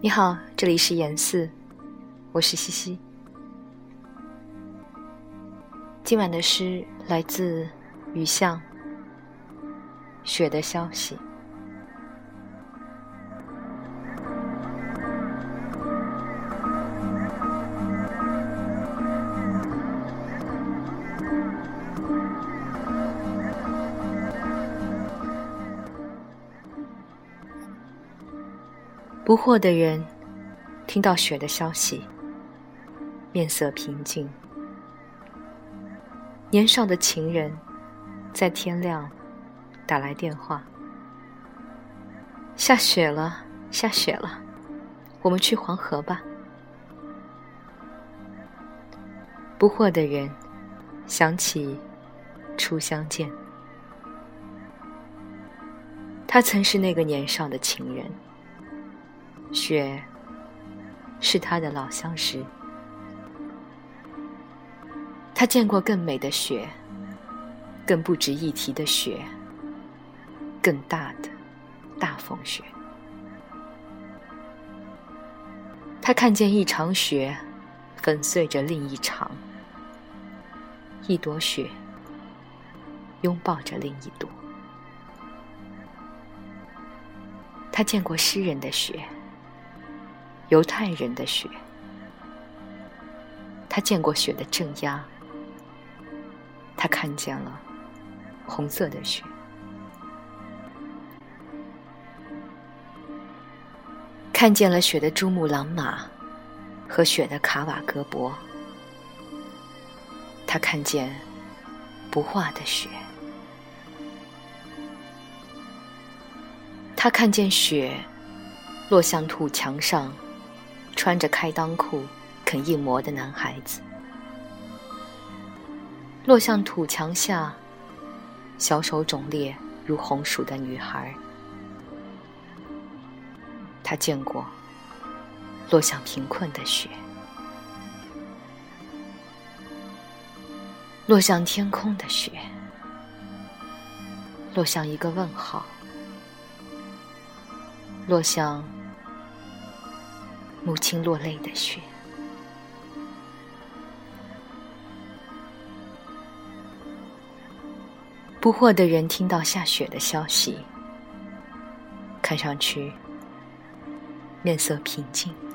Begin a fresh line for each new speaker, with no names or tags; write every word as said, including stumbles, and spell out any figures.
你好，这里是言四，我是西西。今晚的诗来自雨巷，雪的消息。不惑的人听到雪的消息，面色平静。年少的情人在天亮打来电话，下雪了，下雪了，我们去黄河吧。不惑的人想起初相见，他曾是那个年少的情人，雪是他的老相识。他见过更美的雪，更不值一提的雪，更大的大风雪。他看见一场雪粉碎着另一场，一朵雪拥抱着另一朵。他见过诗人的雪，犹太人的雪，他见过雪的镇压，他看见了红色的雪。看见了雪的珠穆朗玛和雪的卡瓦格博。他看见不化的雪。他看见雪落向土墙上穿着开裆裤啃硬膜的男孩子，落向土墙下小手肿裂如红薯的女孩。他见过落向贫困的雪，落向天空的雪，落向一个问号，落向母亲落泪的雪。不惑的人听到下雪的消息，看上去面色平静。